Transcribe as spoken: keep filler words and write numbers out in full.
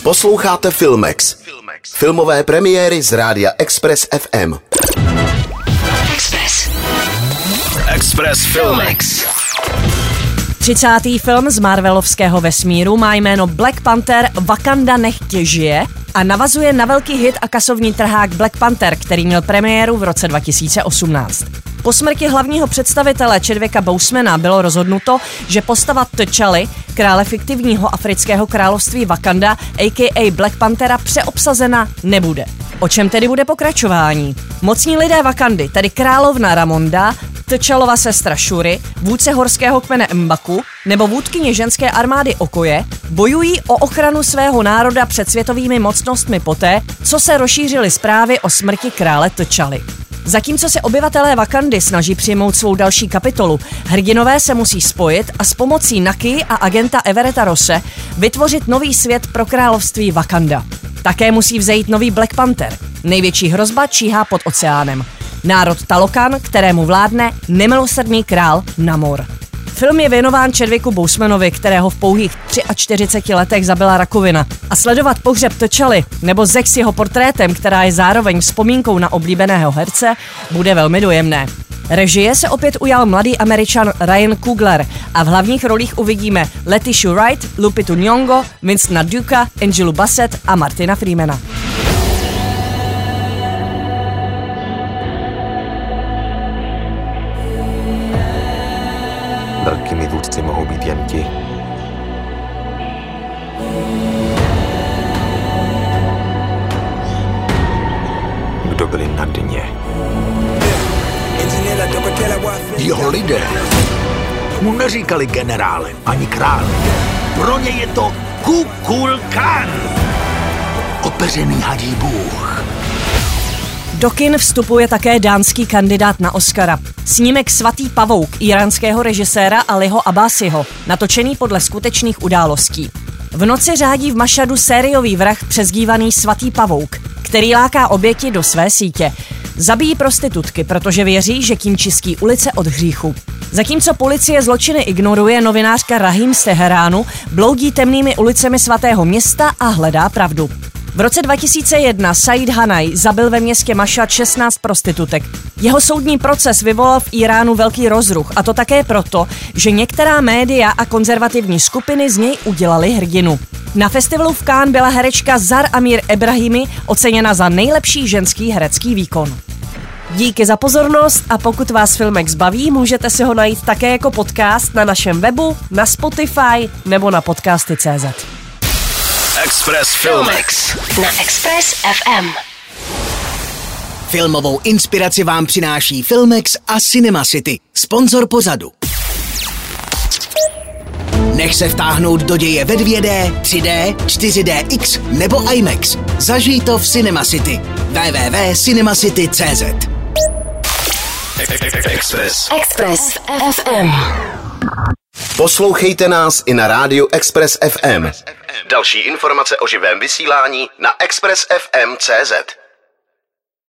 Posloucháte Filmex. Filmové premiéry z rádia Express F M. Express. Express Filmex. třicátý film z Marvelovského vesmíru má jméno Black Panther Wakanda nechť žije a navazuje na velký hit a kasovní trhák Black Panther, který měl premiéru v roce dva tisíce osmnáct. Po smrti hlavního představitele Chadwicka Bosemana bylo rozhodnuto, že postava T'Chally, krále fiktivního afrického království Wakanda, a k a. Black Panthera, přeobsazena nebude. O čem tedy bude pokračování? Mocní lidé Wakandy, tedy královna Ramonda, T'Challova sestra Shuri, vůdce horského kmene M'Baku nebo vůdkyně ženské armády Okoye bojují o ochranu svého národa před světovými mocnostmi poté, co se rozšířily zprávy o smrti krále T'Chally. Zatímco se obyvatelé Wakandy snaží přijmout svou další kapitolu, hrdinové se musí spojit a s pomocí Naky a agenta Everetta Rosse vytvořit nový svět pro království Wakanda. Také musí vzejít nový Black Panther. Největší hrozba číhá pod oceánem. Národ Talokan, kterému vládne nemilosrdný král Namor. Film je věnován Chadwicku Bosemanovi, kterého v pouhých čtyřiceti třech letech zabila rakovina. A sledovat pohřeb T'Chally nebo zeď s jeho portrétem, která je zároveň vzpomínkou na oblíbeného herce, bude velmi dojemné. Režie se opět ujal mladý Američan Ryan Coogler a v hlavních rolích uvidíme Letitia Wright, Lupita Nyong'o, Vincenta Duca, Angelu Bassett a Martina Freemana. Velkými vůdci mohou být jen ti, kdo byli na dně. Jeho lidé mu neříkali generále ani krále. Pro ně je to Kukulkan, opeřený hadí bůh. Do kin vstupuje také dánský kandidát na Oscara. Snímek Svatý pavouk íránského režiséra Aliho Abbasiho, natočený podle skutečných událostí. V noci řádí v Mašadu sériový vrah přezdívaný Svatý pavouk, který láká oběti do své sítě. Zabíjí prostitutky, protože věří, že tím čistí ulice od hříchu. Zatímco policie zločiny ignoruje, novinářka Rahim z Teheránu bloudí temnými ulicemi svatého města a hledá pravdu. V roce dva tisíce jedna Said Hanaj zabil ve městě Mašhad šestnáct prostitutek. Jeho soudní proces vyvolal v Íránu velký rozruch, a to také proto, že některá média a konzervativní skupiny z něj udělali hrdinu. Na festivalu v Cannes byla herečka Zar Amir Ebrahimi oceněna za nejlepší ženský herecký výkon. Díky za pozornost a pokud vás Filmex baví, můžete si ho najít také jako podcast na našem webu, na Spotify nebo na podcasty tečka cé zet. Express Filmex na Express F M. Filmovou inspiraci vám přináší Filmex a Cinema City, sponzor pořadu. Nech se vtáhnout do děje ve dvě dé, tři dé, čtyři dé X nebo IMAX. Zažij to v Cinema City. w w w tečka cinemacity tečka cé zet. Express. Express F M. Poslouchejte nás i na rádiu Express F M. Další informace o živém vysílání na express f m tečka cé zet.